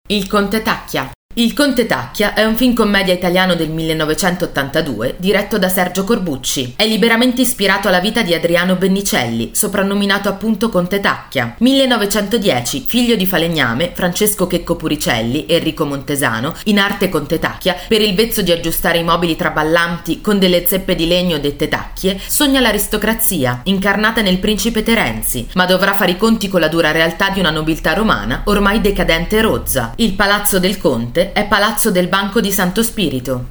Il Conte Tacchia. Il Conte Tacchia è un film commedia italiano del 1982 diretto da Sergio Corbucci. È liberamente ispirato alla vita di Adriano Bennicelli, soprannominato appunto Conte Tacchia. 1910, figlio di falegname, Francesco Checco Puricelli, Enrico Montesano, in arte Conte Tacchia, per il vezzo di aggiustare i mobili traballanti con delle zeppe di legno dette tacchie, sogna l'aristocrazia, incarnata nel principe Terenzi, ma dovrà fare i conti con la dura realtà di una nobiltà romana ormai decadente e rozza. Il palazzo del Conte è Palazzo del Banco di Santo Spirito.